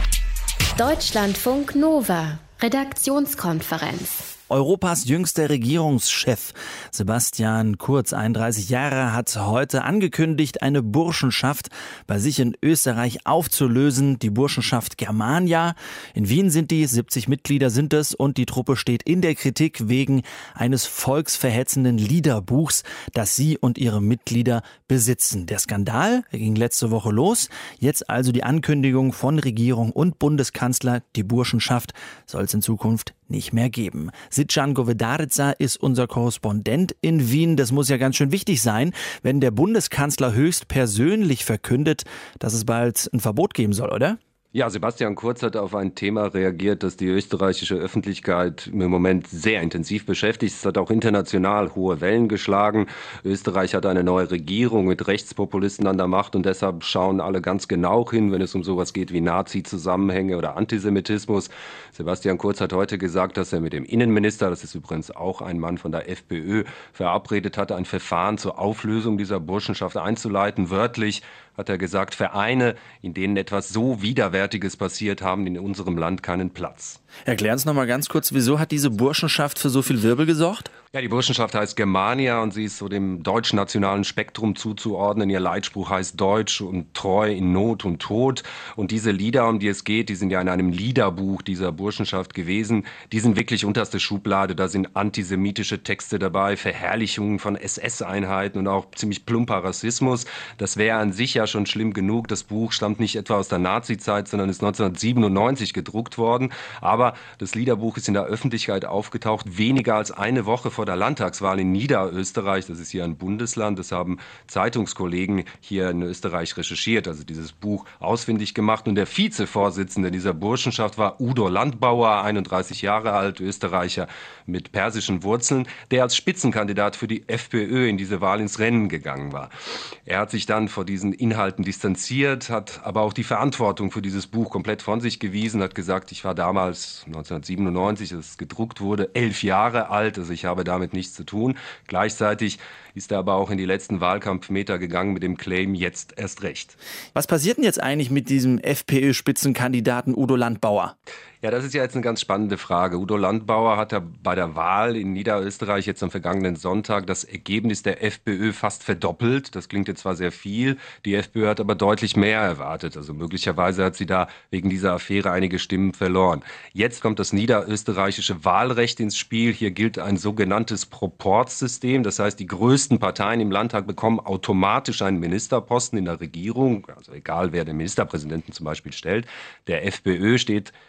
Deutschlandfunk Nova, Redaktionskonferenz. Europas jüngster Regierungschef Sebastian Kurz, 31 Jahre, hat heute angekündigt, eine Burschenschaft bei sich in Österreich aufzulösen. Die Burschenschaft Germania. In Wien sind die, 70 Mitglieder sind es, und die Truppe steht in der Kritik wegen eines volksverhetzenden Liederbuchs, das sie und ihre Mitglieder besitzen. Der Skandal ging letzte Woche los. Jetzt also die Ankündigung von Regierung und Bundeskanzler, die Burschenschaft soll es in Zukunft nicht mehr geben. Sitjan Govedarica ist unser Korrespondent in Wien. Das muss ja ganz schön wichtig sein, wenn der Bundeskanzler höchstpersönlich verkündet, dass es bald ein Verbot geben soll, oder? Ja, Sebastian Kurz hat auf ein Thema reagiert, das die österreichische Öffentlichkeit im Moment sehr intensiv beschäftigt. Es hat auch international hohe Wellen geschlagen. Österreich hat eine neue Regierung mit Rechtspopulisten an der Macht und deshalb schauen alle ganz genau hin, wenn es um sowas geht wie Nazi-Zusammenhänge oder Antisemitismus. Sebastian Kurz hat heute gesagt, dass er mit dem Innenminister, das ist übrigens auch ein Mann von der FPÖ, verabredet hatte, ein Verfahren zur Auflösung dieser Burschenschaft einzuleiten. Wörtlich hat er gesagt, Vereine, in denen etwas so Widerwärtiges passiert, haben in unserem Land keinen Platz. Erklären Sie noch mal ganz kurz, wieso hat diese Burschenschaft für so viel Wirbel gesorgt? Ja, die Burschenschaft heißt Germania und sie ist so dem deutsch-nationalen Spektrum zuzuordnen. Ihr Leitspruch heißt Deutsch und treu in Not und Tod. Und diese Lieder, um die es geht, die sind ja in einem Liederbuch dieser Burschenschaft gewesen. Die sind wirklich unterste Schublade. Da sind antisemitische Texte dabei, Verherrlichungen von SS-Einheiten und auch ziemlich plumper Rassismus. Das wäre an sich ja schon schlimm genug. Das Buch stammt nicht etwa aus der Nazi-Zeit, sondern ist 1997 gedruckt worden. Aber das Liederbuch ist in der Öffentlichkeit aufgetaucht, weniger als eine Woche vor der Landtagswahl in Niederösterreich. Das ist hier ein Bundesland. Das haben Zeitungskollegen hier in Österreich recherchiert, also dieses Buch ausfindig gemacht. Und der Vizevorsitzende dieser Burschenschaft war Udo Landbauer, 31 Jahre alt, Österreicher mit persischen Wurzeln, der als Spitzenkandidat für die FPÖ in diese Wahl ins Rennen gegangen war. Er hat sich dann vor diesen Inhalten distanziert, hat aber auch die Verantwortung für dieses Buch komplett von sich gewiesen, hat gesagt, ich war damals 1997, als es gedruckt wurde, 11 Jahre alt, also ich habe damit nichts zu tun. Gleichzeitig ist er aber auch in die letzten Wahlkampfmeter gegangen mit dem Claim, jetzt erst recht. Was passiert denn jetzt eigentlich mit diesem FPÖ-Spitzenkandidaten Udo Landbauer? Ja, das ist ja jetzt eine ganz spannende Frage. Udo Landbauer hat ja bei der Wahl in Niederösterreich jetzt am vergangenen Sonntag das Ergebnis der FPÖ fast verdoppelt. Das klingt jetzt zwar sehr viel, die FPÖ hat aber deutlich mehr erwartet. Also möglicherweise hat sie da wegen dieser Affäre einige Stimmen verloren. Jetzt kommt das niederösterreichische Wahlrecht ins Spiel. Hier gilt ein sogenanntes Proportsystem. Das heißt, die größten Parteien im Landtag bekommen automatisch einen Ministerposten in der Regierung. Also egal, wer den Ministerpräsidenten zum Beispiel stellt. Der FPÖ steht gerade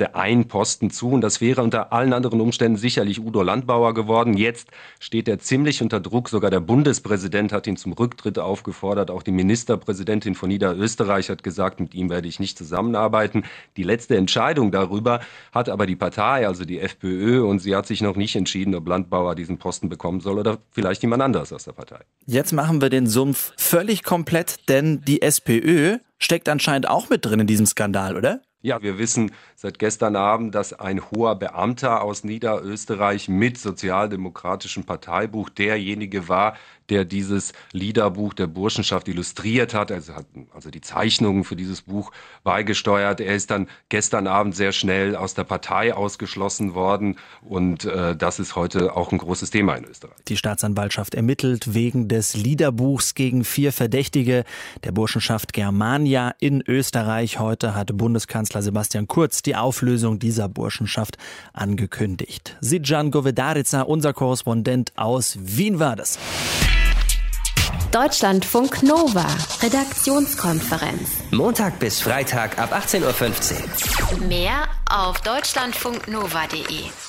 gerade ein Posten zu und das wäre unter allen anderen Umständen sicherlich Udo Landbauer geworden. Jetzt steht er ziemlich unter Druck. Sogar der Bundespräsident hat ihn zum Rücktritt aufgefordert. Auch die Ministerpräsidentin von Niederösterreich hat gesagt, mit ihm werde ich nicht zusammenarbeiten. Die letzte Entscheidung darüber hat aber die Partei, also die FPÖ, und sie hat sich noch nicht entschieden, ob Landbauer diesen Posten bekommen soll oder vielleicht jemand anderes aus der Partei. Jetzt machen wir den Sumpf völlig komplett, denn die SPÖ steckt anscheinend auch mit drin in diesem Skandal, oder? Ja, wir wissen seit gestern Abend, dass ein hoher Beamter aus Niederösterreich mit sozialdemokratischem Parteibuch derjenige war, der dieses Liederbuch der Burschenschaft illustriert hat. Also hat die Zeichnungen für dieses Buch beigesteuert. Er ist dann gestern Abend sehr schnell aus der Partei ausgeschlossen worden und das ist heute auch ein großes Thema in Österreich. Die Staatsanwaltschaft ermittelt wegen des Liederbuchs gegen 4 Verdächtige der Burschenschaft Germania in Österreich. Heute hat Bundeskanzler Sebastian Kurz die Auflösung dieser Burschenschaft angekündigt. Sidjan Govedarica, unser Korrespondent aus Wien, war das. Deutschlandfunk Nova, Redaktionskonferenz. Montag bis Freitag ab 18:15 Uhr. Mehr auf deutschlandfunknova.de.